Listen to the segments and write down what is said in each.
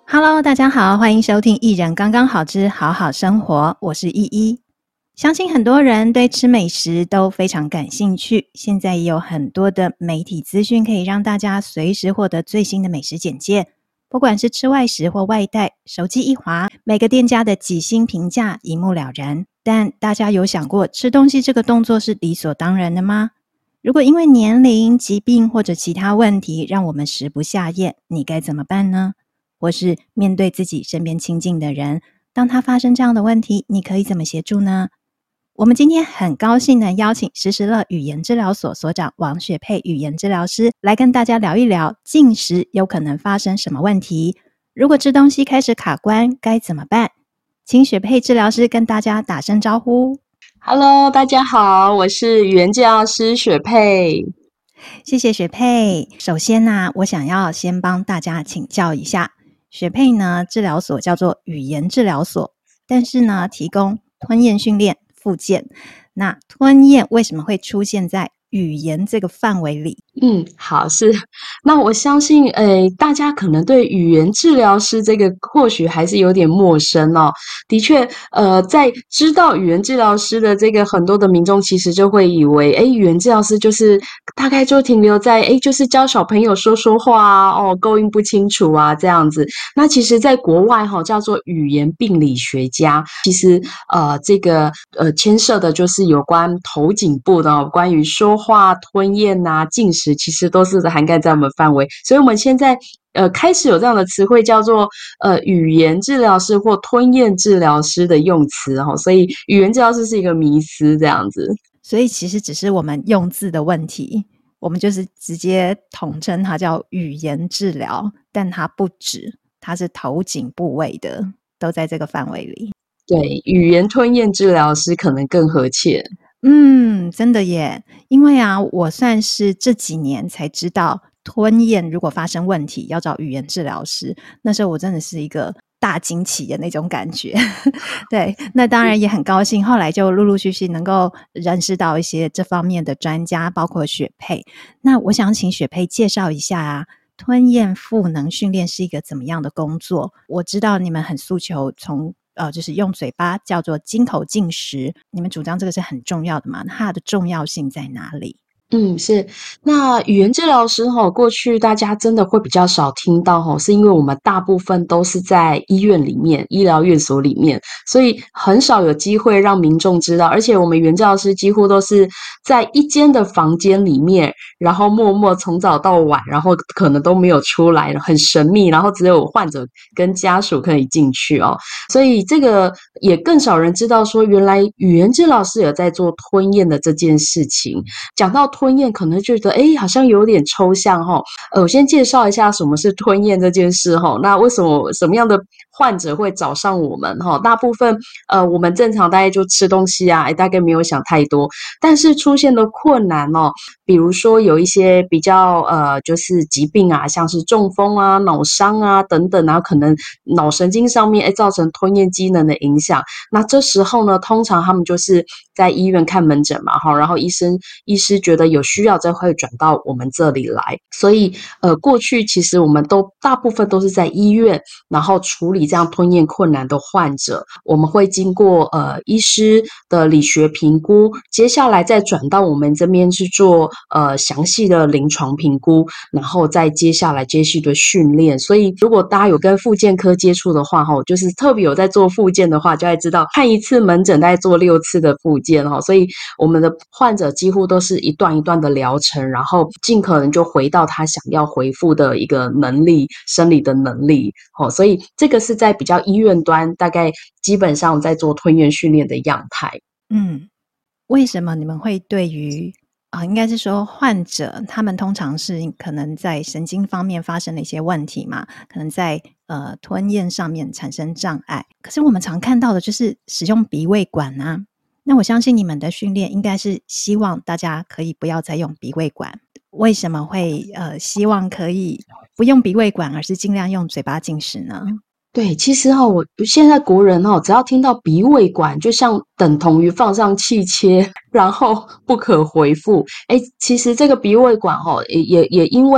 Hello，大家好，欢迎收听艺人刚刚好之好好生活，我是依依。相信很多人对吃美食都非常感兴趣，现在也有很多的媒体资讯可以让大家随时获得最新的美食简介。不管是吃外食或外带，手机一滑，每个店家的几星评价一目了然。但大家有想过，吃东西这个动作是理所当然的吗？如果因为年龄、疾病或者其他问题让我们食不下咽，你该怎么办呢？或是面对自己身边亲近的人，当他发生这样的问题，你可以怎么协助呢？我们今天很高兴能邀请时时乐语言治疗所所长王雪佩语言治疗师来跟大家聊一聊进食有可能发生什么问题，如果吃东西开始卡关该怎么办？请雪佩治疗师跟大家打声招呼。 Hello，大家好，我是语言治疗师雪佩。 谢谢雪佩。首先呢，我想要先帮大家请教一下，雪佩呢治疗所叫做语言治疗所，但是呢提供吞咽训练、复健。那吞咽为什么会出现在语言这个范围里？ 好，那我相信，大家可能对语言治疗师这个或许还是有点陌生哦。的确，在知道语言治疗师的这个很多的民众，其实就会以为，语言治疗师就是大概就停留在，就是教小朋友说说话啊，构音不清楚啊这样子。那其实，在国外叫做语言病理学家，其实这个牵涉的就是有关头颈部的关于说话、吞咽啊、进食，其实都是涵盖在我们范围。所以我们现在开始有这样的词汇叫做语言治疗师或吞咽治疗师的用词所以语言治疗师是一个迷思这样子。 所以其实只是我们用字的问题，我们就是直接统称它叫语言治疗，但它不止，它是头颈部位的，都在这个范围里。 对，语言吞咽治疗师可能更合切。 真的耶，因为啊，我算是这几年才知道吞咽如果发生问题要找语言治疗师，那时候我真的是一个大惊奇的那种感觉。对，那当然也很高兴，后来就陆陆续续能够认识到一些这方面的专家，包括雪佩。那我想请雪佩介绍一下啊，吞咽赋能训练是一个怎么样的工作？我知道你们很诉求从就是用嘴巴叫做金口进食，你们主张这个是很重要的嘛？它的重要性在哪里？ 是。那语言治疗师过去大家真的会比较少听到是因为我们大部分都是在医院里面、医疗院所里面，所以很少有机会让民众知道。而且我们语言治疗师几乎都是在一间的房间里面，然后默默从早到晚，然后可能都没有出来，很神秘，然后只有患者跟家属可以进去哦。所以这个也更少人知道说，原来语言治疗师有在做吞咽的这件事情。讲到吞咽，可能觉得好像有点抽象哈。我先介绍一下什么是吞咽这件事哈。那为什么什么样的患者会找上我们哈？大部分我们正常大概就吃东西啊，大概没有想太多。但是出现的困难比如说有一些比较就是疾病啊，像是中风啊、脑伤啊等等，然后可能脑神经上面造成吞咽机能的影响。那这时候呢，通常他们就是在医院看门诊嘛，然后医师觉得有需要，再会转到我们这里来。所以过去其实我们都大部分都是在医院，然后处理这样吞咽困难的患者。我们会经过医师的理学评估，接下来再转到我们这边去做详细的临床评估，然后再接下来接续的训练。所以如果大家有跟复健科接触的话，就是特别有在做复健的话，就会知道看一次门诊大概做6次的复健所以我们的患者几乎都是一段一段的疗程，然后尽可能就回到他想要回复的一个能力，生理的能力所以这个是在比较医院端，大概基本上在做吞咽训练的样态。 为什么你们会对于应该是说患者他们通常是可能在神经方面发生了一些问题嘛，可能在吞咽上面产生障碍，可是我们常看到的就是使用鼻胃管啊，那我相信你们的训练应该是希望大家可以不要再用鼻胃管，为什么会希望可以不用鼻胃管而是尽量用嘴巴进食呢？ 对，其实我现在国人只要听到鼻胃管，就像等同于放上气切，然后不可回复。其实这个鼻胃管也因为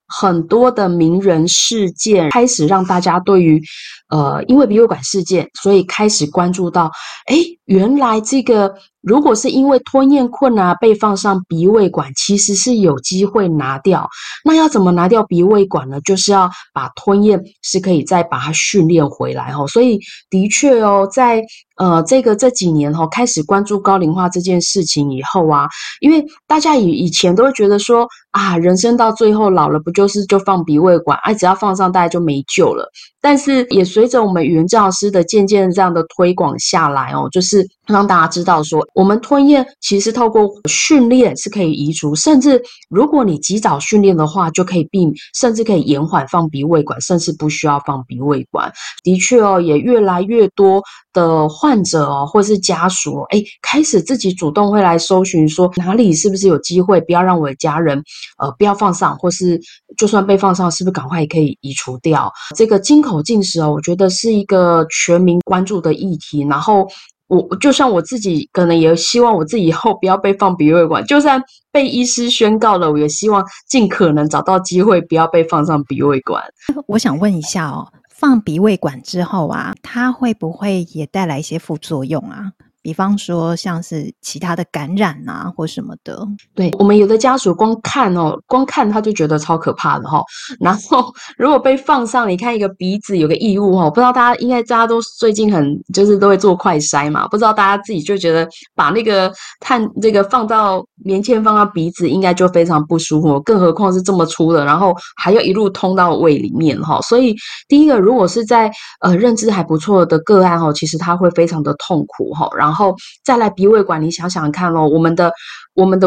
很多的名人事件开始让大家对于因为鼻胃管事件，所以开始关注到，诶，原来这个如果是因为吞咽困难被放上鼻胃管，其实是有机会拿掉。那要怎么拿掉鼻胃管呢？就是要把吞咽是可以再把它训练回来哦。所以的确哦，在这几年开始关注高龄化这件事情以后啊，因为大家以前都会觉得说啊，人生到最后老了不就是就放鼻胃管，只要放上大家就没救了。但是也随着我们语言治疗师的渐渐这样的推广下来哦，就是让大家知道说，我们吞咽其实透过训练是可以移除，甚至如果你及早训练的话，就可以甚至可以延缓放鼻胃管，甚至不需要放鼻胃管。的确哦，也越来越多的患者哦，或是家属开始自己主动会来搜寻说哪里是不是有机会，不要让我的家人不要放上，或是就算被放上，是不是赶快也可以移除掉？这个金口进食哦，我觉得是一个全民关注的议题。然后就像我自己，可能也希望我自己以后不要被放鼻胃管，就算被医师宣告了，我也希望尽可能找到机会不要被放上鼻胃管。 我想问一下哦，放鼻胃管之后啊，它会不会也带来一些副作用啊？比方说像是其他的感染啊或什么的。 对，我们有的家属光看他就觉得超可怕的齁。然后如果被放上，你看一个鼻子有个异物齁，不知道大家都最近就是都会做快筛嘛，不知道大家自己就觉得把那个这个棉签放到鼻子，应该就非常不舒服，更何况是这么粗的，然后还要一路通到胃里面齁。所以第一个，如果是在认知还不错的个案齁，其实他会非常的痛苦齁。然后再来鼻胃管，你想想看哦，我们的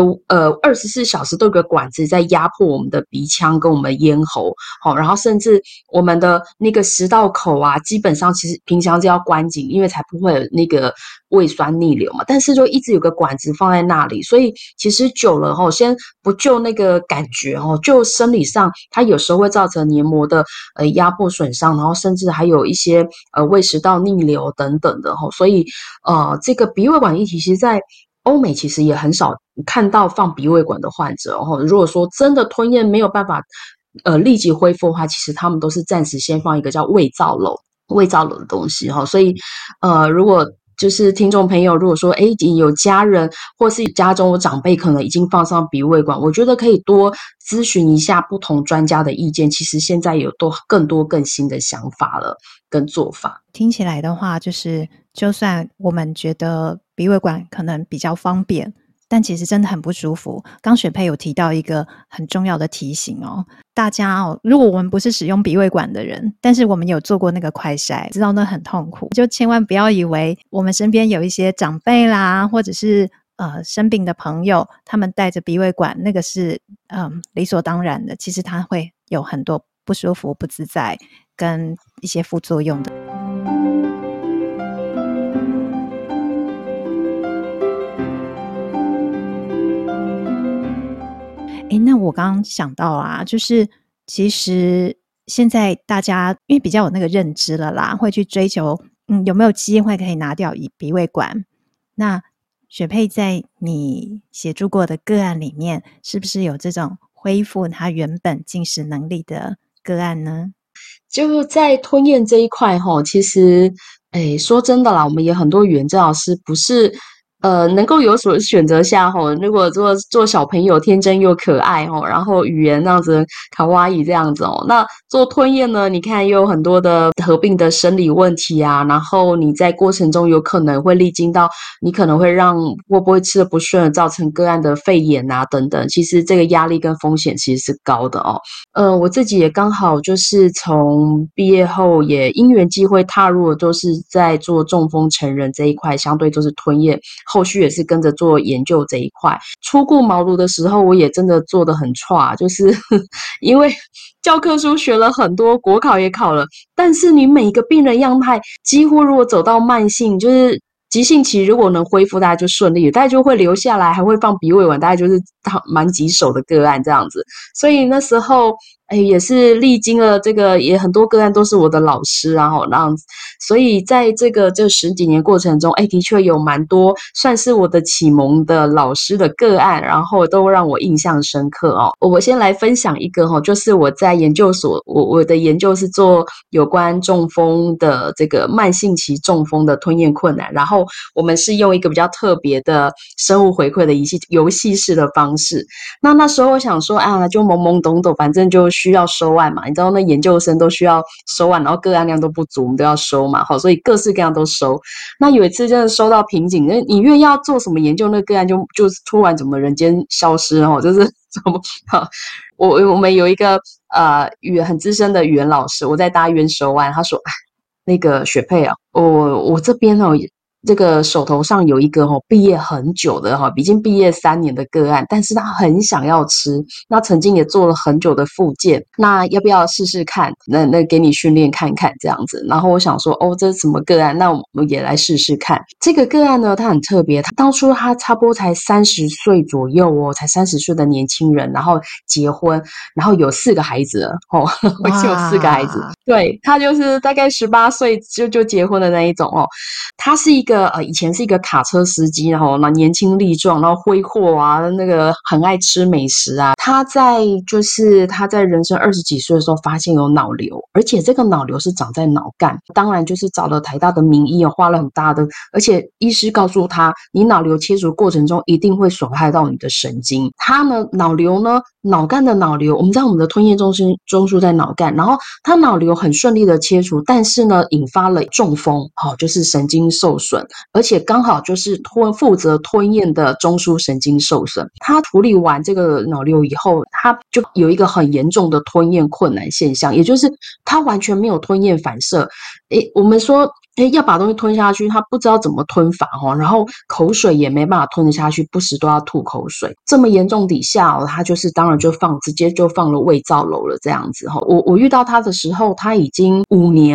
24小时都有个管子在压迫我们的鼻腔跟我们的咽喉，然后甚至我们的那个食道口啊，基本上其实平常就要关紧，因为才不会有那个胃酸逆流嘛。但是就一直有个管子放在那里，所以其实久了先不就那个感觉就生理上，它有时候会造成黏膜的压迫损伤，然后甚至还有一些胃食道逆流等等的所以这个鼻胃管议题，其实在欧美其实也很少看到放鼻胃管的患者如果说真的吞咽没有办法立即恢复的话，其实他们都是暂时先放一个叫胃造瘘的东西所以如果就是听众朋友，如果说已经有家人或是家中有长辈可能已经放上鼻胃管，我觉得可以多咨询一下不同专家的意见。其实现在有更多更新的想法了跟做法。 听起来的话，就是就算我们觉得鼻胃管可能比较方便，但其实真的很不舒服。刚雪佩有提到一个很重要的提醒哦，大家如果我们不是使用鼻胃管的人，但是我们有做过那个快筛，知道那很痛苦，就千万不要以为我们身边有一些长辈啦，或者是生病的朋友，他们带着鼻胃管，那个是理所当然的。其实它会有很多不舒服、不自在跟一些副作用的。那我刚刚想到啊，就是其实现在大家因为比较有那个认知了啦，会去追求有没有机会可以拿掉鼻胃管。那雪佩在你协助过的个案里面，是不是有这种恢复他原本进食能力的个案呢？ 就在吞咽这一块其实说真的啦，我们也很多语言治疗师不是能够有所选择下如果做小朋友天真又可爱然后语言那样子卡哇伊这样子那做吞咽呢，你看又有很多的合并的生理问题啊，然后你在过程中有可能会历经到，你可能会会不会吃得不顺，造成个案的肺炎啊等等，其实这个压力跟风险其实是高的我自己也刚好就是从毕业后也因缘际会踏入了，都是在做中风成人这一块，相对都是吞咽，后续也是跟着做研究这一块。初过茅庐的时候，我也真的做得很差，就是因为教科书学了很多，国考也考了，但是你每一个病人样态，几乎如果走到慢性，就是急性期，如果能恢复，大家就顺利了，大家就会留下来，还会放鼻胃管，大概就是蛮棘手的个案这样子。所以那时候也是历经了这个，也很多个案都是我的老师啊，那样子。所以在这十几年过程中，的确有蛮多算是我的启蒙的老师的个案，然后都让我印象深刻哦。我先来分享一个就是我在研究所，我的研究是做有关中风的这个慢性期中风的吞咽困难，然后我们是用一个比较特别的生物回馈的游戏式的方式。那时候我想说啊，就懵懵懂懂，反正就需要收案嘛。你知道那研究生都需要收案，然后个案量都不足，我们都要收嘛，所以各式各样都收。那有一次真的收到瓶颈，你越要做什么研究，那个案就突然怎么人间消失就是怎么我们有一个很资深的语言老师，我在大医院收案，他说那个雪佩啊，我这边这个手头上有一个毕业很久的已经毕业3年的个案，但是他很想要吃，那曾经也做了很久的复健，那要不要试试看？那给你训练看看这样子。然后我想说这是什么个案？那我们也来试试看。这个个案呢，他很特别，他当初他差不多才30岁左右才30岁的年轻人，然后结婚，然后有4个孩子了我已经有4个孩子。对，他就是大概18岁就结婚的那一种他是一个以前是一个卡车司机，然后年轻力壮，然后挥霍啊，那个很爱吃美食啊。他在人生20几岁的时候发现有脑瘤，而且这个脑瘤是长在脑干，当然就是找了台大的名医花了很大的，而且医师告诉他，你脑瘤切除过程中一定会损害到你的神经。他呢，脑瘤呢，脑干的脑瘤，我们知道我们的吞咽中枢在脑干，然后他脑瘤很顺利的切除，但是呢，引发了中风，就是神经受损，而且刚好就是负责吞咽的中枢神经受损。他处理完这个脑瘤以后，他就有一个很严重的吞咽困难现象，也就是他完全没有吞咽反射。我们说要把东西吞下去，他不知道怎么吞法然后口水也没办法吞得下去，不时都要吐口水。这么严重底下他就是当然直接就放了胃造瘘了这样子我遇到他的时候，他已经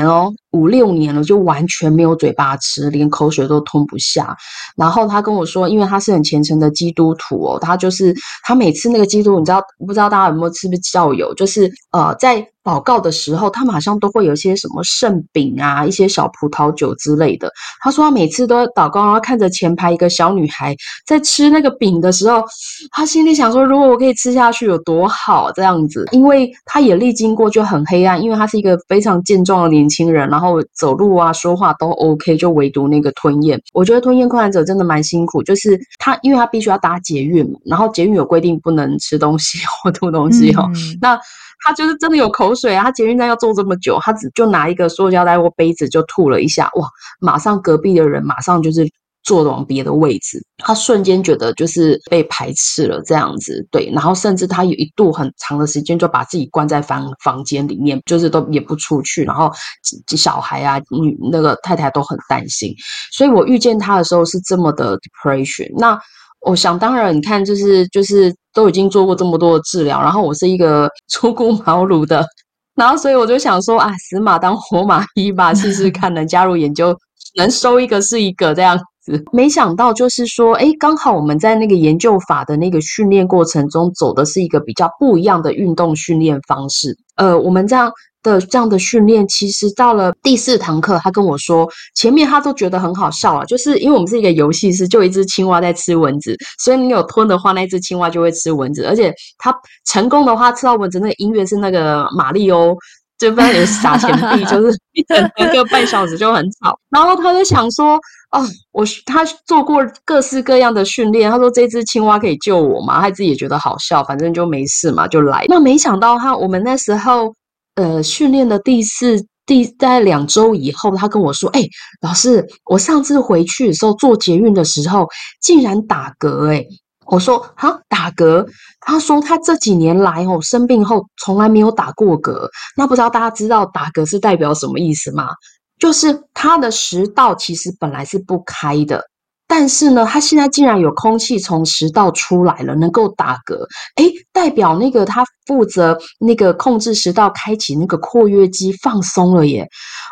5、6年了，就完全没有嘴巴吃，连口水都吞不下。然后他跟我说，因为他是很虔诚的基督徒他每次那个基督徒，不知道大家有没有是不是教友，就是在祷告的时候，他马上都会有一些什么圣饼啊，一些小葡萄酒之类的。他说他每次都祷告，然后看着前排一个小女孩在吃那个饼的时候，他心里想说，如果我可以吃下去有多好这样子。因为他也历经过就很黑暗，因为他是一个非常健壮的年轻人，然后走路啊说话都 OK， 就唯独那个吞咽。我觉得吞咽困难者真的蛮辛苦，就是因为他必须要搭捷运嘛，然后捷运有规定不能吃东西或吐东西那他就是真的有口水啊，他捷运站要坐这么久，他就拿一个塑胶袋或杯子就吐了一下，哇，马上隔壁的人马上就是坐往别的位置，他瞬间觉得就是被排斥了这样子。对，然后甚至他有一度很长的时间就把自己关在房间里面，就是都也不出去，然后小孩啊那个太太都很担心。所以我遇见他的时候是这么的 depression。那我想当然你看就是都已经做过这么多的治疗，然后我是一个初出茅庐的，然后所以我就想说死马当活马医吧，试试看能加入研究，能收一个是一个这样子。没想到就是说刚好我们在那个研究法的那个训练过程中走的是一个比较不一样的运动训练方式。我们这样的训练，其实到了第4堂课，他跟我说，前面他都觉得很好笑啊，就是因为我们是一个游戏室，就有一只青蛙在吃蚊子，所以你有吞的话，那只青蛙就会吃蚊子，而且他成功的话，吃到蚊子那个音乐是那个马里欧，就不知道有撒钱币，就是一整个半小时就很吵。然后他就想说，他做过各式各样的训练，他说这只青蛙可以救我吗？他自己也觉得好笑，反正就没事嘛，就来。那没想到我们那时候训练的大概2周以后，他跟我说，老师，我上次回去的时候坐捷运的时候竟然打嗝我说打嗝？他说他这几年来生病后从来没有打过嗝。那不知道大家知道打嗝是代表什么意思吗？就是他的食道其实本来是不开的，但是呢，他现在竟然有空气从食道出来了，能够打嗝，代表那个他负责那个控制食道开启那个括约肌放松了耶。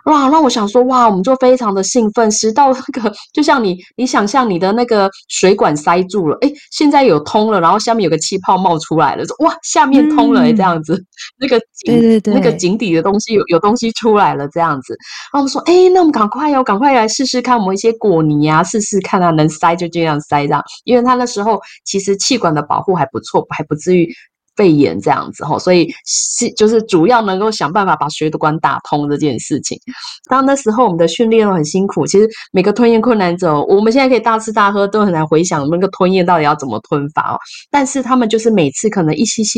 哇，让我想说，哇，我们就非常的兴奋，食道那个就像你想象你的那个水管塞住了，诶，现在有通了，然后下面有个气泡冒出来了，说哇，下面通了诶，这嗯， 样子，那个对对那个对， 井底的东西有东西出来了，这样子。然后我们说，诶，那我们赶快哦，赶快来试试看，我们一些果泥啊，试试看啊，能塞就这样塞这样，因为他那时候其实气管的保护还不错，还不至于肺炎这样子哈，所以就是主要能够想办法把血管打通这件事情。当那时候我们的训练都很辛苦，其实每个吞咽困难者，我们现在可以大吃大喝，都很难回想那个吞咽到底要怎么吞法哦。但是他们就是每次可能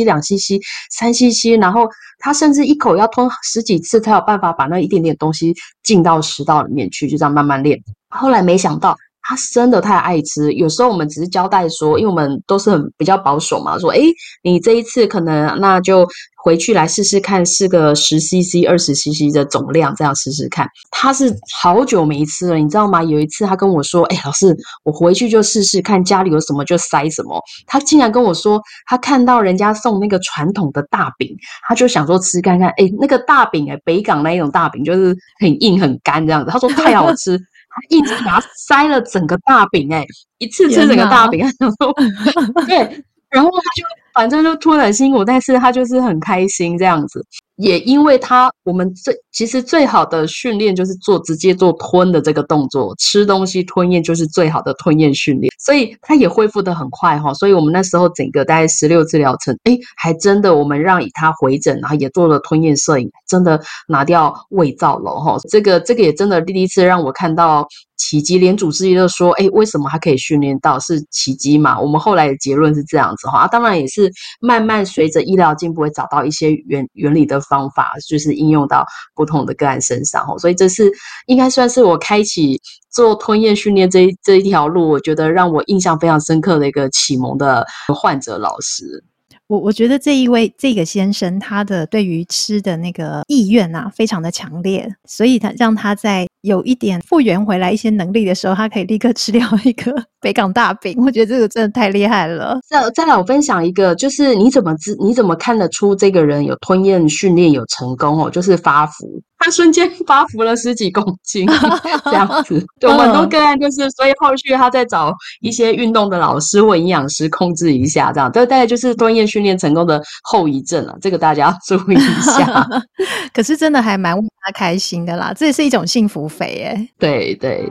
1cc、2cc、3cc，然后他甚至一口要吞十几次才有办法把那一点点东西进到食道里面去，就这样慢慢练。后来没想到。他真的太爱吃，有时候我们只是交代说，因为我们都是比较保守嘛，说，诶，你这一次可能那就回去来试试看，试个10cc、20cc 的总量，这样试试看。他是好久没吃了，你知道吗？有一次他跟我说，诶，老师，我回去就试试看，家里有什么就塞什么。他竟然跟我说，他看到人家送那个传统的大饼，他就想说吃看看，诶，那个大饼，北港那一种大饼就是很硬很干这样子，他说太好吃。他硬是把它塞了整个大饼，一次吃整个大天哪！ 饼，他想说，对，然后他就反正就吞得很辛苦，但是他就是很开心这样子。也因为我们其实最好的训练就是直接做吞的这个动作，吃东西吞咽就是最好的吞咽训练，所以他也恢复得很快哈。所以我们那时候整个大概16次疗程，还真的我们让他回诊，然后也做了吞咽摄影，真的拿掉胃造瘘哈。这个也真的第一次让我看到奇迹，连主治医都说，为什么他可以训练到是奇迹嘛？我们后来的结论是这样子哈，当然也是慢慢随着医疗进步，会找到一些原理的方法，就是应用到不同的个案身上哈。所以这是应该算是我开启做吞咽训练这一条路，我觉得让我印象非常深刻的一个启蒙的患者老师。 我觉得这个先生他的对于吃的那个意愿啊，非常的强烈，所以让他在有一点复原回来一些能力的时候，他可以立刻吃掉一个北港大饼，我觉得这个真的太厉害了。 再来，我分享一个，就是你怎么看得出这个人有吞咽训练有成功哦？就是发福，他瞬间发福了10几公斤这样子。对，我们很多个案就是，所以后续他在找一些运动的老师或营养师控制一下，这样。这大概就是吞咽训练成功的后遗症了，这个大家要注意一下。 可是真的还蛮为他开心的啦，这也是一种幸福肥耶。 对对。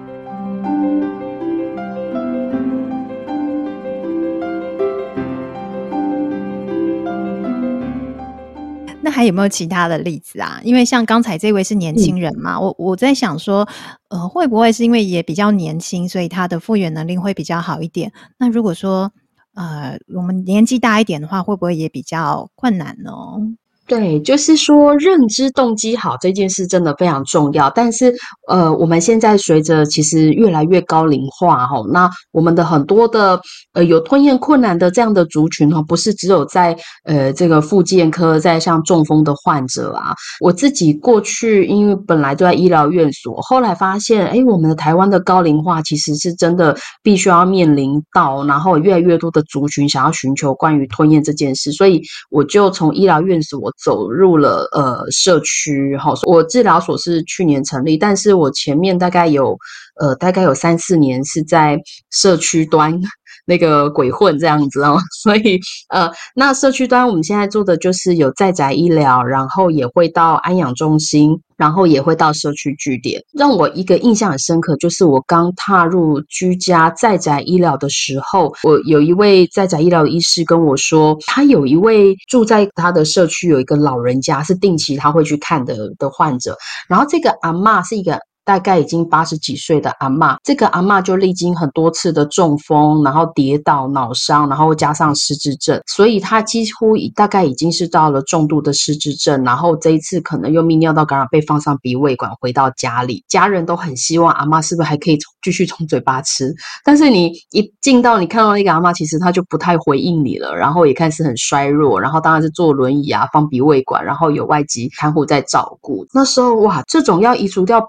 那还有没有其他的例子啊？因为像刚才这位是年轻人嘛，我在想说，会不会是因为也比较年轻，所以他的复原能力会比较好一点？那如果说，我们年纪大一点的话，会不会也比较困难呢？ 对，就是说认知动机好这件事真的非常重要，但是我们现在随着其实越来越高龄化哈，那我们的很多的有吞咽困难的这样的族群哈，不是只有在这个复健科，在像中风的患者啊，我自己过去因为本来就在医疗院所，后来发现我们的台湾的高龄化其实是真的必须要面临到，然后越来越多的族群想要寻求关于吞咽这件事，所以我就从医疗院所走入了社区哈，我治疗所是去年成立，但是我前面大概有3、4年是在社区端那个鬼混这样子哦，所以那社区端我们现在做的就是有在宅医疗，然后也会到安养中心，然后也会到社区据点。让我一个印象很深刻，就是我刚踏入居家在宅医疗的时候，我有一位在宅医疗的医师跟我说，他有一位住在他的社区有一个老人家，是定期他会去看的患者，然后这个阿嬷是一个大概已经80几岁的阿嬷，这个阿嬷就历经很多次的中风，然后跌倒、脑伤，然后加上失智症，所以她几乎大概已经是到了重度的失智症，然后这一次可能又泌尿道感染被放上鼻胃管，回到家里，家人都很希望阿嬷是不是还可以继续从嘴巴吃，但是你一进到你看到那个阿嬷，其实她就不太回应你了，然后也看似很衰弱，然后当然是坐轮椅啊，放鼻胃管，然后有外籍看护在照顾。那时候哇，这种要移除掉鼻胃管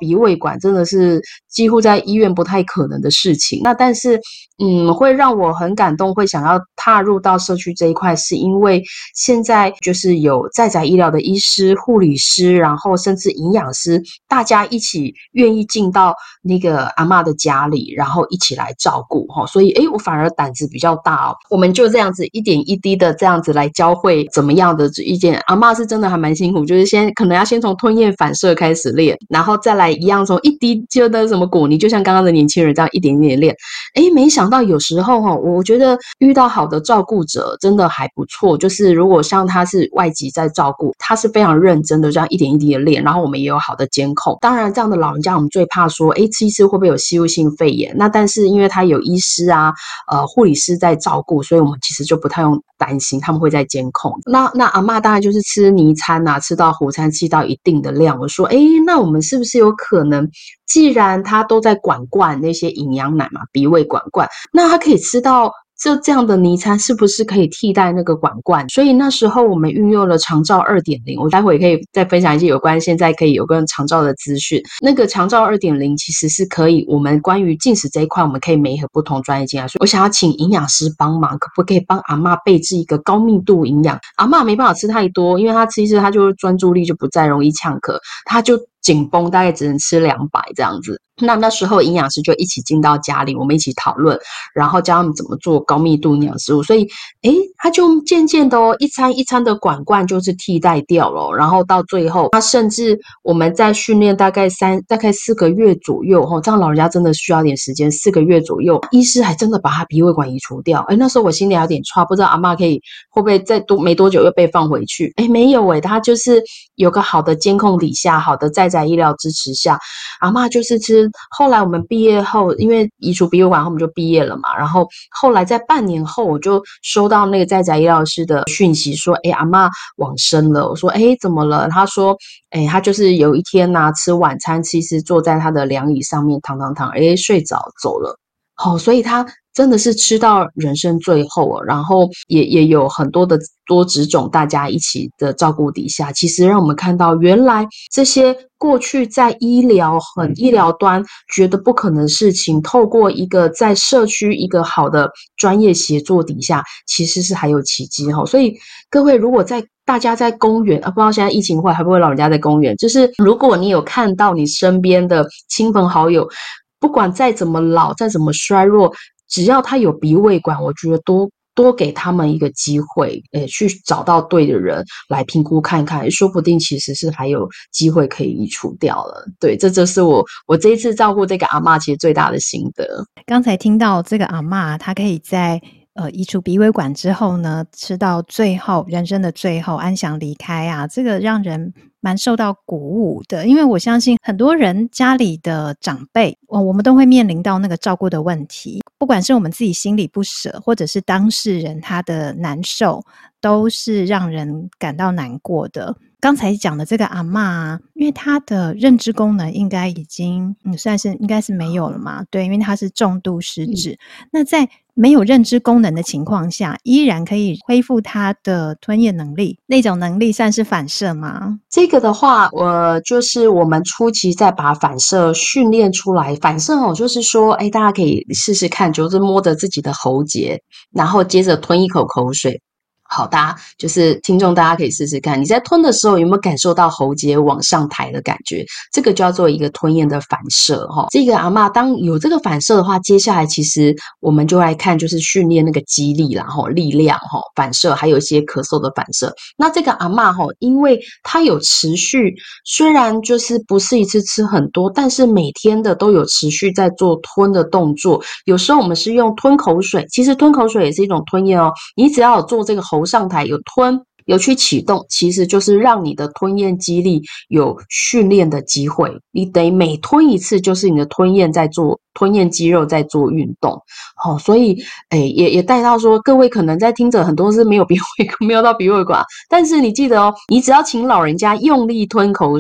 管，真的是几乎在医院不太可能的事情。那但是会让我很感动，会想要踏入到社区这一块，是因为现在就是有在宅医疗的医师、护理师，然后甚至营养师，大家一起愿意进到那个阿嬷的家里，然后一起来照顾哈。所以我反而胆子比较大哦。我们就这样子一点一滴的这样子来教会怎么样的意见。阿嬷是真的还蛮辛苦，就是可能要先从吞咽反射开始练，然后再来一样从一滴就那什么果泥，就像刚刚的年轻人这样一点一点练。没想到有时候我觉得遇到好的照顾者真的还不错。就是如果像他是外籍在照顾，他是非常认真的这样一点一滴的练，然后我们也有好的监控。当然这样的老人家我们最怕说吃一次会不会有吸入性肺炎，那但是因为他有医师啊护理师在照顾，所以我们其实就不太用担心他们会在监控。那阿嬷当然就是吃泥餐啊，吃到糊餐，吃到一定的量。我说那我们是不是有可能，既然他都在管灌那些营养奶嘛，鼻胃管灌，那他可以吃到这样的泥餐，是不是可以替代那个管灌？所以那时候我们运用了长照 2.0， 我待会也可以再分享一些有关现在可以有关长照的资讯。那个长照 2.0 其实是可以，我们关于进食这一块，我们可以媒合不同专业进来。所以我想要请营养师帮忙，可不可以帮阿嬷备制一个高密度营养？阿嬷没办法吃太多，因为她吃一次她就专注力就不再容易呛咳，她就紧绷，大概只能吃200这样子。那时候营养师就一起进到家里，我们一起讨论，然后教他们怎么做高密度营养食物。所以他就渐渐的一餐一餐的管灌就是替代掉了。然后到最后他甚至我们在训练大概4个月左右这样老人家真的需要点时间，4个月左右医师还真的把他鼻胃管移除掉。那时候我心里有点差，不知道阿嬷会不会再没多久又被放回去。没有他就是有个好的监控底下，好的在宅医疗支持下，阿嬷就是吃。后来我们毕业后，因为移除鼻胃管后我们就毕业了嘛，然后后来在半年后我就收到那个在宅医疗师的讯息说阿嬷往生了。我说怎么了？他说他就是有一天吃晚餐，其实坐在他的凉椅上面躺睡着走了。所以他真的是吃到人生最后然后也有很多的多职种大家一起的照顾底下，其实让我们看到原来这些过去在医疗端觉得不可能的事情，透过一个在社区一个好的专业协作底下，其实是还有奇迹所以各位如果大家在公园不知道现在疫情会还不会老人家在公园，就是如果你有看到你身边的亲朋好友不管再怎么老再怎么衰弱，只要他有鼻胃管，我觉得多给他们一个机会去找到对的人来评估看看，说不定其实是还有机会可以移除掉了。对，这就是我这一次照顾这个阿嬷其实最大的心得。 刚才听到这个阿嬷她可以在移除鼻胃管之后呢，吃到最后人生的最后安详离开啊，这个让人蛮受到鼓舞的。因为我相信很多人家里的长辈我们都会面临到那个照顾的问题，不管是我们自己心里不舍，或者是当事人他的难受，都是让人感到难过的。刚才讲的这个阿嬷啊，因为她的认知功能应该已经应该是没有了嘛，对，因为她是重度失智。那在没有认知功能的情况下，依然可以恢复她的吞咽能力，那种能力算是反射吗？ 这个的话就是我们初期再把反射训练出来。反射就是说大家可以试试看，就是摸着自己的喉结，然后接着吞一口口水。好，大家就是听众，大家可以试试看，你在吞的时候有没有感受到喉结往上抬的感觉？这个叫做一个吞咽的反射这个阿嬷当有这个反射的话，接下来其实我们就来看就是训练那个肌力啦力量反射，还有一些咳嗽的反射。那这个阿嬷因为她有持续，虽然就是不是一次吃很多，但是每天的都有持续在做吞的动作。有时候我们是用吞口水，其实吞口水也是一种吞咽你只要有做这个喉上抬，有吞有去启动，其实就是让你的吞咽肌力有训练的机会。你得每吞一次就是你的吞咽在做，吞咽肌肉在做运动所以也带到说各位可能在听着很多是没有鼻胃没有到鼻胃管，但是你记得你只要请老人家用力吞口水，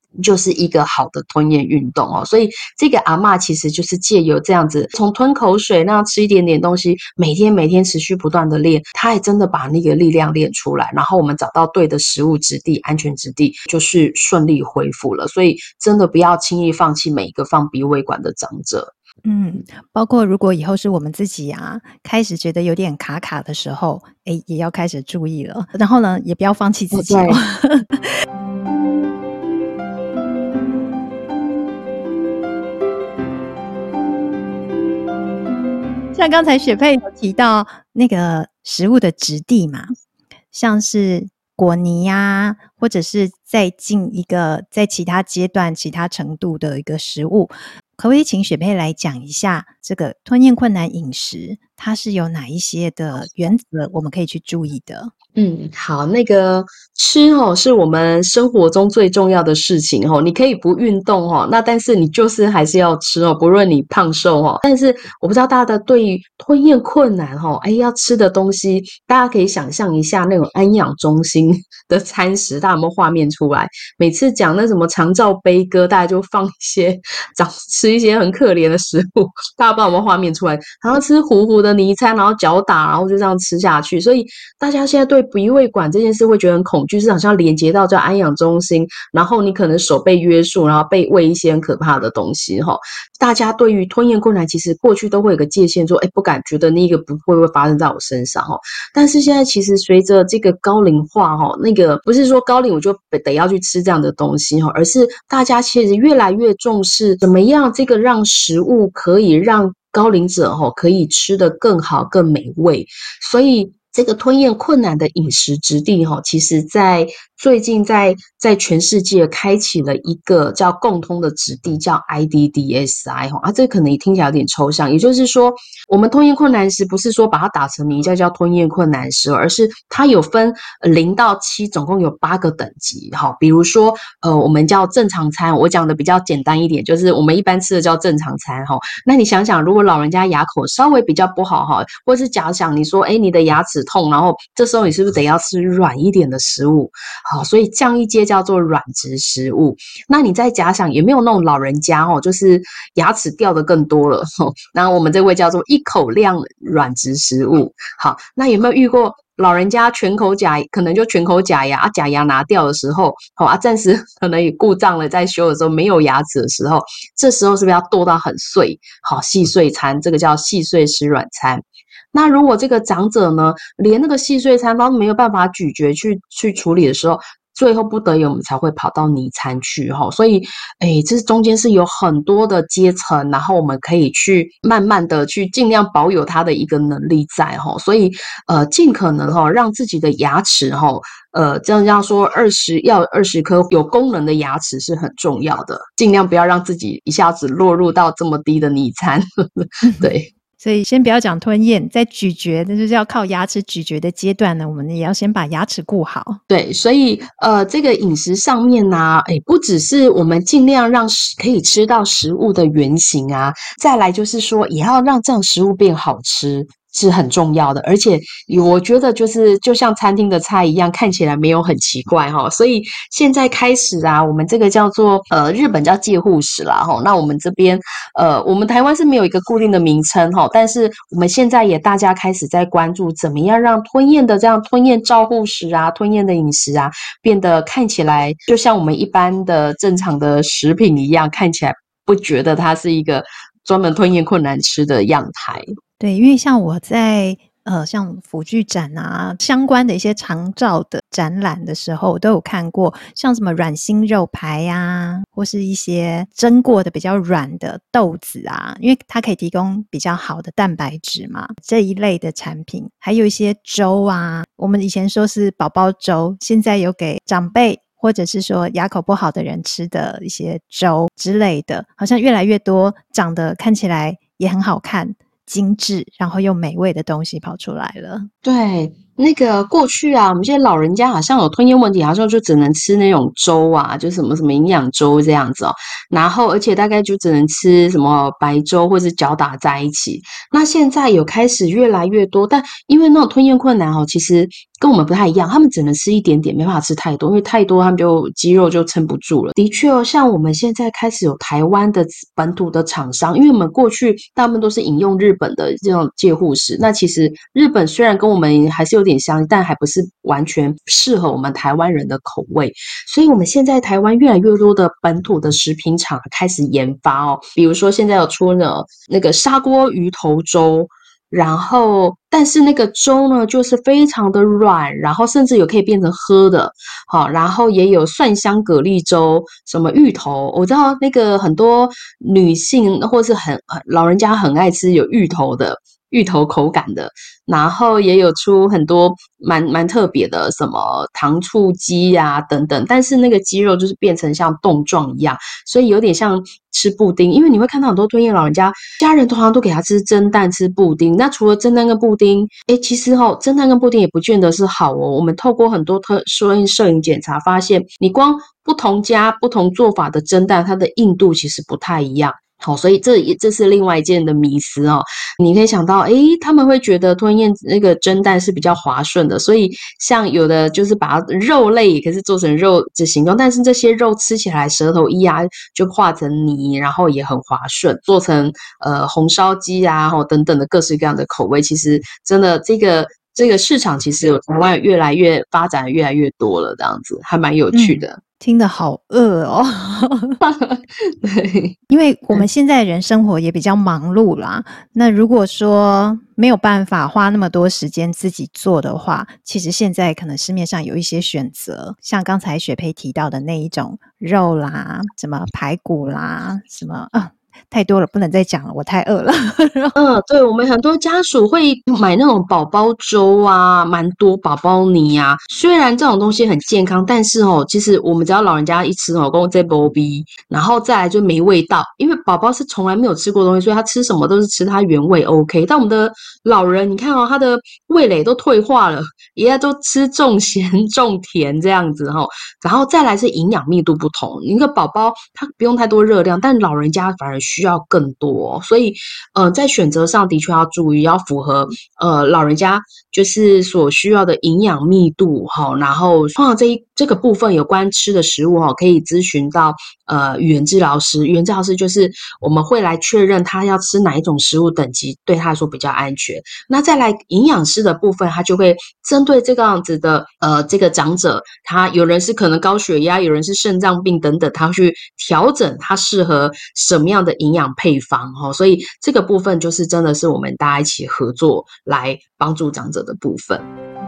就是一个好的吞咽运动哦。所以这个阿嬷其实就是借由这样子，从吞口水那样吃一点点东西，每天持续不断的练，她也真的把那个力量练出来。然后我们找到对的食物质地、安全质地，就是顺利恢复了。所以真的不要轻易放弃每一个放鼻胃管的长者。 包括如果以后是我们自己开始觉得有点卡卡的时候，也要开始注意了。然后呢，也不要放弃自己哦。像刚才雪佩有提到那个食物的质地嘛，像是果泥或者是再进一个在其他阶段、其他程度的一个食物，可不可以请雪佩来讲一下这个吞咽困难饮食，它是有哪一些的原则我们可以去注意的？ 好，那个吃是我们生活中最重要的事情你可以不运动那但是你就是还是要吃不论你胖瘦但是我不知道大家对于吞咽困难要吃的东西，大家可以想象一下那种安养中心的餐食，大家有没有画面出来？每次讲那什么长照悲歌，大家就放一些吃一些很可怜的食物，大家不知道有没有画面出来？然后吃糊糊的泥餐，然后搅打，然后就这样吃下去。所以大家现在对鼻胃管这件事会觉得很恐惧，是好像连接到这安养中心，然后你可能手被约束，然后被喂一些很可怕的东西大家对于吞咽困难，其实过去都会有个界限，说不敢觉得那个会不会发生在我身上但是现在其实随着这个高龄化那个不是说高龄我就得要去吃这样的东西而是大家其实越来越重视怎么样这个让食物可以让高龄者可以吃得更好更美味。所以这个吞咽困难的饮食质地其实在最近在全世界开启了一个叫共通的质地，叫 IDDSI 这个可能也听起来有点抽象。也就是说，我们吞咽困难时不是说把它打成名叫吞咽困难时，而是它有分0到7，总共有8个等级比如说我们叫正常餐，我讲的比较简单一点，就是我们一般吃的叫正常餐那你想想，如果老人家牙口稍微比较不好或是假想你说你的牙齿痛，然后这时候你是不是得要吃软一点的食物所以降一阶叫做软质食物。那你再假想有没有那种老人家就是牙齿掉的更多了那我们这位叫做一口量软质食物。好，那有没有遇过老人家可能就全口假牙假牙拿掉的时候暂时可能也故障了，在修的时候没有牙齿的时候，这时候是不是要剁到很碎细碎餐，这个叫细碎食软餐。那如果这个长者呢，连那个细碎餐都没有办法咀嚼去处理的时候，最后不得已我们才会跑到泥餐去所以这中间是有很多的阶层，然后我们可以去慢慢的去尽量保有它的一个能力在所以尽可能让自己的牙齿这样说20颗有功能的牙齿是很重要的，尽量不要让自己一下子落入到这么低的泥餐对。 所以先不要讲吞咽，在咀嚼，那就是要靠牙齿咀嚼的阶段呢，我们也要先把牙齿顾好。 对，所以这个饮食上面呢不只是我们尽量让可以吃到食物的原型再来就是说也要让这样食物变好吃，是很重要的。而且我觉得就像餐厅的菜一样，看起来没有很奇怪所以现在开始我们这个叫做日本叫介护食啦那我们这边我们台湾是没有一个固定的名称但是我们现在也大家开始在关注怎么样让吞咽的这样吞咽照护食吞咽的饮食变得看起来就像我们一般的正常的食品一样，看起来不觉得它是一个专门吞咽困难吃的样态。 对，因为像我在像辅具展相关的一些长照的展览的时候，我都有看过，像什么软心肉排或是一些蒸过的比较软的豆子因为它可以提供比较好的蛋白质嘛，这一类的产品，还有一些粥我们以前说是宝宝粥，现在有给长辈或者是说牙口不好的人吃的一些粥之类的，好像越来越多长得看起来也很好看精致然后又美味的东西跑出来了。 对， 那个过去啊，我们这些老人家好像有吞咽问题，好像就只能吃那种粥啊，就什么什么营养粥这样子哦。然后，而且大概就只能吃什么白粥或是搅打在一起。那现在有开始越来越多，但因为那种吞咽困难哦，其实跟我们不太一样，他们只能吃一点点，没办法吃太多，因为太多他们就肌肉就撑不住了。的确哦，像我们现在开始有台湾的本土的厂商，因为我们过去大部分都是引用日本的这种介护食，那其实日本虽然跟我们还是有点像，但还不是完全适合我们台湾人的口味，所以我们现在台湾越来越多的本土的食品厂开始研发哦，比如说现在有出了那个砂锅鱼头粥。然后，但是那个粥呢，就是非常的软，然后甚至有可以变成喝的，好，然后也有蒜香蛤蜊粥，什么芋头，我知道那个很多女性或是很老人家很爱吃有芋头的。芋头口感的，然后也有出很多蛮特别的，什么糖醋鸡呀、等等，但是那个鸡肉就是变成像冻状一样，所以有点像吃布丁。因为你会看到很多吞咽老人家，家人通常都给他吃蒸蛋、吃布丁。那除了蒸蛋跟布丁，其实蒸蛋跟布丁也不见得是好哦。我们透过很多摄影检查发现，你光不同家不同做法的蒸蛋，它的硬度其实不太一样。好，所以这是另外一件的迷思哦。你可以想到，他们会觉得吞咽那个蒸蛋是比较滑顺的，所以像有的就是把肉类也可是做成肉的形状，但是这些肉吃起来舌头一压就化成泥，然后也很滑顺，做成红烧鸡啊，等等的各式各样的口味，其实真的这个市场其实有台湾越来越发展越来越多了，这样子还蛮有趣的。 听得好饿哦。 对， 因为我们现在人生活也比较忙碌啦，那如果说没有办法花那么多时间自己做的话，其实现在可能市面上有一些选择，像刚才雪佩提到的那一种肉啦，什么排骨啦，什么太多了，不能再讲了，我太饿了。 对，我们很多家属会买那种宝宝粥啊，蛮多宝宝泥啊。虽然这种东西很健康，但是其实我们只要老人家一吃跟这波比，然后再来就没味道，因为宝宝是从来没有吃过东西，所以他吃什么都是吃他原味 OK。但我们的老人，你看他的味蕾都退化了，也都吃重咸重甜这样子然后再来是营养密度不同，一个宝宝他不用太多热量，但老人家反而需要更多，所以在选择上的确要注意，要符合老人家就是所需要的营养密度然后通常这个部分有关吃的食物可以咨询到语言治疗师。语言治疗师就是我们会来确认他要吃哪一种食物等级对他来说比较安全。那再来营养师的部分，他就会针对这个样子的这个长者，他有人是可能高血压，有人是肾脏病等等，他去调整他适合什么样的营养配方所以这个部分就是真的是我们大家一起合作来帮助长者的部分。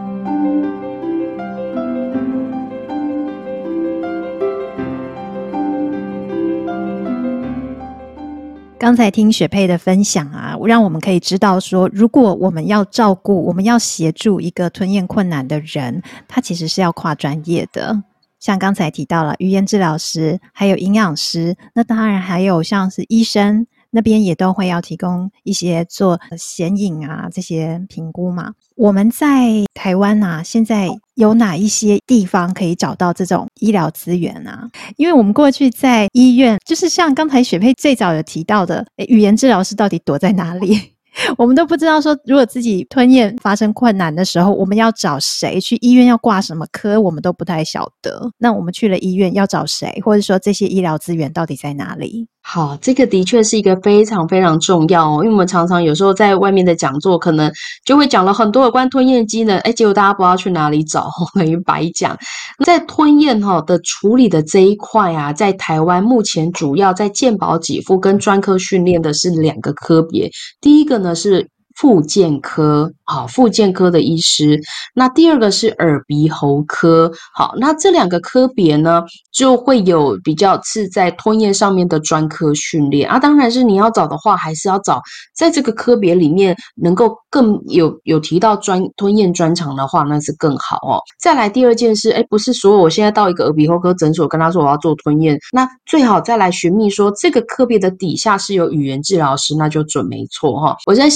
刚才听雪佩的分享啊，让我们可以知道说，如果我们要照顾，我们要协助一个吞咽困难的人，他其实是要跨专业的。像刚才提到了语言治疗师，还有营养师，那当然还有像是医生那边也都会要提供一些做显影啊这些评估嘛。我们在台湾啊，现在有哪一些地方可以找到这种医疗资源啊？因为我们过去在医院，就是像刚才雪佩最早有提到的，语言治疗师到底躲在哪里？我们都不知道说，如果自己吞咽发生困难的时候，我们要找谁？去医院要挂什么科，我们都不太晓得。那我们去了医院要找谁，或者说这些医疗资源到底在哪里？ 好，这个的确是一个非常非常重要因为我们常常有时候在外面的讲座，可能就会讲了很多有关吞咽机能，结果大家不知道去哪里找，等于白讲。在吞咽的处理的这一块啊，在台湾目前主要在健保给付跟专科训练的是两个科别，第一个呢是复健科，好，复健科的医师。那第二个是耳鼻喉科，好，那这两个科别呢，就会有比较是在吞咽上面的专科训练啊。当然是你要找的话，还是要找在这个科别里面能够更有提到吞咽专长的话，那是更好再来第二件事，不是说我现在到一个耳鼻喉科诊所跟他说我要做吞咽，那最好再来寻觅说这个科别的底下是有语言治疗师，那就准没错我在想大家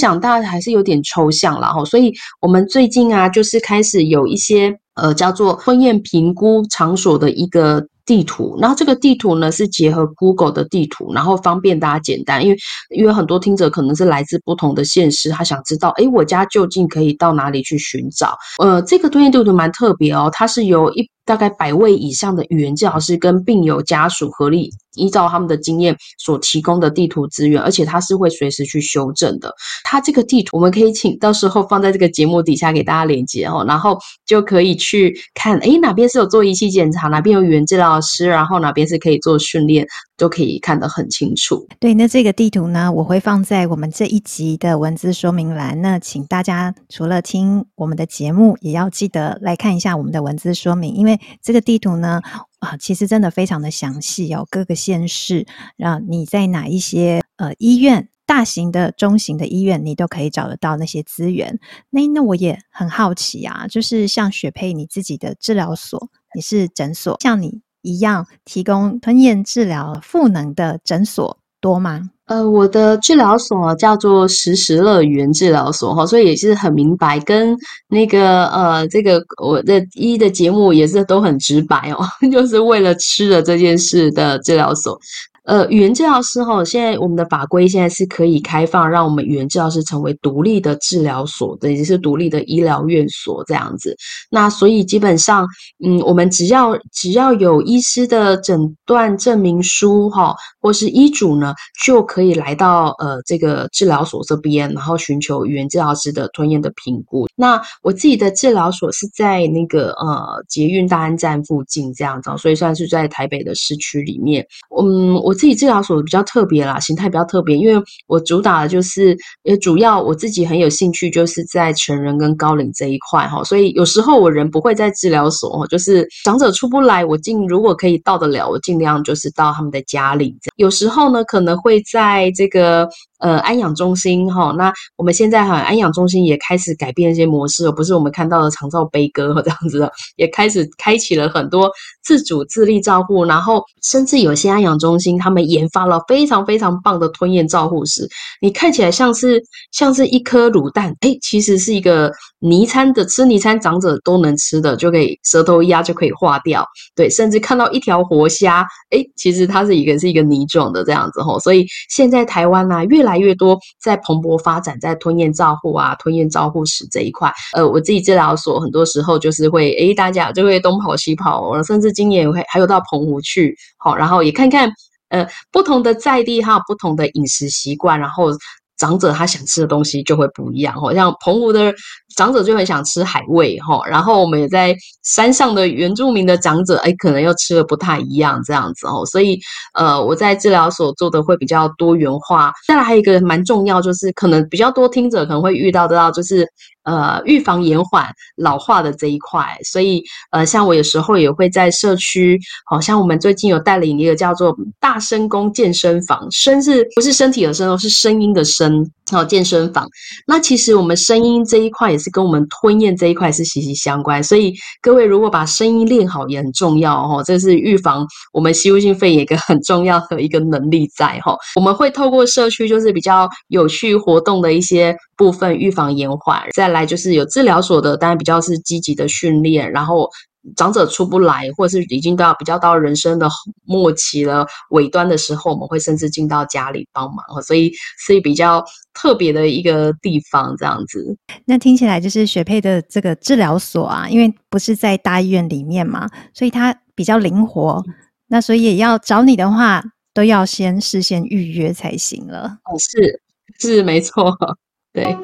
还是有点抽象啦齁，所以我们最近啊，就是开始有一些叫做吞咽评估场所的一个地图，然后这个地图呢是结合 Google 的地图，然后方便大家简单，因为很多听者可能是来自不同的县市，他想知道我家究竟可以到哪里去寻找。这个吞咽地图蛮特别哦，它是由大概100位以上的语言治疗师跟病友家属合力，依照他们的经验所提供的地图资源，而且它是会随时去修正的。它这个地图我们可以请到时候放在这个节目底下给大家连结哦，然后就可以去看哪边是有做仪器检查，哪边有语言治疗师，然后哪边是可以做训练，都可以看得很清楚。 对，那这个地图呢，我会放在我们这一集的文字说明栏，那请大家除了听我们的节目，也要记得来看一下我们的文字说明，因为这个地图呢其实真的非常的详细哦，各个县市，让你在哪一些医院，大型的中型的医院你都可以找得到那些资源。那我也很好奇啊，就是像雪佩你自己的治疗所，你是诊所，像你一样提供吞咽治疗赋能的诊所多吗？ 我的治疗所叫做时乐语言治疗所所以也是很明白，跟那个这个我的的节目也是都很直白哦，就是为了吃的这件事的治疗所。语言治疗师现在我们的法规现在是可以开放让我们语言治疗师成为独立的治疗所的，也就是独立的医疗院所这样子。那所以基本上我们只要有医师的诊断证明书或是医嘱呢，就可以来到这个治疗所这边，然后寻求语言治疗师的吞咽的评估。那我自己的治疗所是在那个捷运大安站附近这样子，所以算是在台北的市区里面。我自己治疗所比较特别啦，形态比较特别，因为我主打的就是主要我自己很有兴趣，就是在成人跟高龄这一块所以有时候我人不会在治疗所就是长者出不来，如果可以到得了，我尽量就是到他们的家里。有时候呢，可能会在这个安养中心那我们现在安养中心也开始改变一些模式不是我们看到的长照悲歌这样子的，也开始开启了很多自主自立照护，然后甚至有些安养中心他们研发了非常非常棒的吞咽照护师，你看起来像是一颗卤蛋，其实是一个泥餐的，吃泥餐长者都能吃的，就可以舌头一压就可以化掉。对，甚至看到一条活虾，其实它是一个泥状的这样子所以现在台湾越来越多在蓬勃发展在吞咽照护吞咽照护室这一块。我自己治疗所很多时候就是会大家就会东跑西跑，甚至今年还有到澎湖去然后也看看不同的在地还有不同的饮食习惯，然后长者他想吃的东西就会不一样像澎湖的长者就很想吃海味然后我们也在山上的原住民的长者可能又吃的不太一样这样子所以我在治疗所做的会比较多元化。再来还有一个蛮重要，就是可能比较多听者可能会遇到就是预防延缓老化的这一块。所以像我有时候也会在社区像我们最近有带领一个叫做大声公健身房，声是不是身体的声是声音的声健身房。那其实我们声音这一块也是跟我们吞咽这一块是息息相关，所以各位如果把声音练好也很重要这是预防我们吸入性肺炎一个很重要的一个能力在我们会透过社区就是比较有趣活动的一些部分预防延缓。再来就是有治疗所的当然比较是积极的训练，然后长者出不来或者是已经比较到人生的末期了尾端的时候，我们会甚至进到家里帮忙所以比较特别的一个地方这样子。 那听起来就是雪佩的这个治疗所因为不是在大医院里面嘛，所以它比较灵活，那所以也要找你的话都要先事先预约才行了。 是没错，对。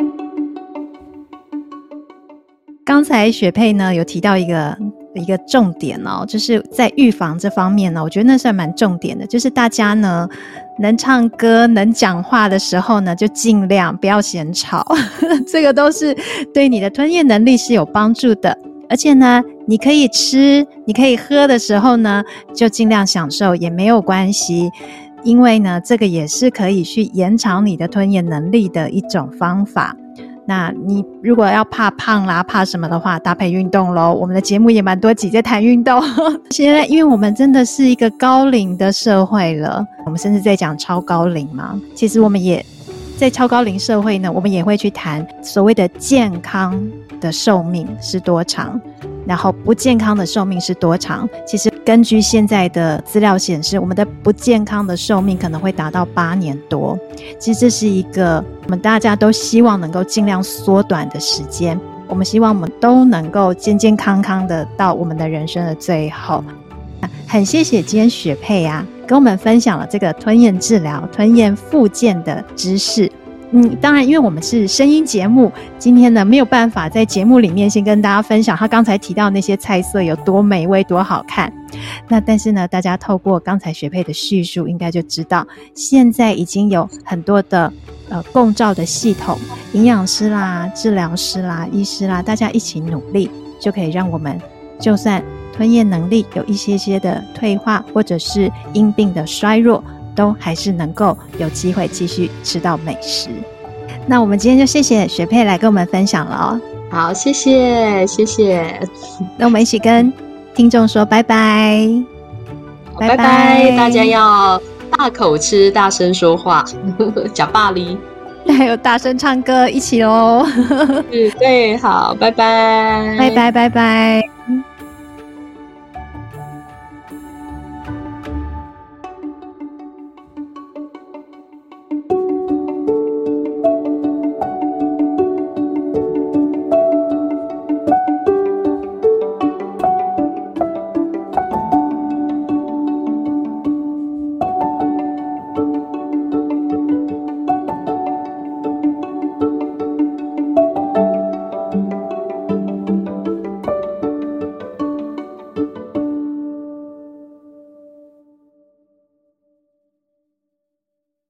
刚才雪佩呢有提到一个重点就是在预防这方面呢，我觉得那算蛮重点的，就是大家呢能唱歌能讲话的时候呢，就尽量不要嫌吵这个都是对你的吞咽能力是有帮助的。而且呢你可以吃你可以喝的时候呢，就尽量享受也没有关系，因为呢这个也是可以去延长你的吞咽能力的一种方法。那你如果要怕胖啦怕什么的话，搭配运动咯，我们的节目也蛮多集在谈运动现在因为我们真的是一个高龄的社会了，我们甚至在讲超高龄嘛，其实我们也在超高龄社会呢，我们也会去谈所谓的健康的寿命是多长，然后不健康的寿命是多长。其实根据现在的资料显示，我们的不健康的寿命可能会达到8年多。其实这是一个我们大家都希望能够尽量缩短的时间，我们希望我们都能够健健康康的到我们的人生的最后。很谢谢今天雪佩啊跟我们分享了这个吞咽治疗、吞咽复健的知识。当然因为我们是声音节目，今天呢没有办法在节目里面先跟大家分享他刚才提到那些菜色有多美味多好看。那但是呢，大家透过刚才雪佩的叙述应该就知道，现在已经有很多的共照的系统，营养师啦、治疗师啦、医师啦，大家一起努力，就可以让我们就算吞咽能力有一些的退化，或者是因病的衰弱，都还是能够有机会继续吃到美食。那我们今天就谢谢雪佩来跟我们分享了哦。 好，谢谢。 那我们一起跟听众说拜拜。 拜拜，大家要大口吃，大声说话，讲霸凌， 还有大声唱歌，一起哦。 对，好，拜拜， 拜拜。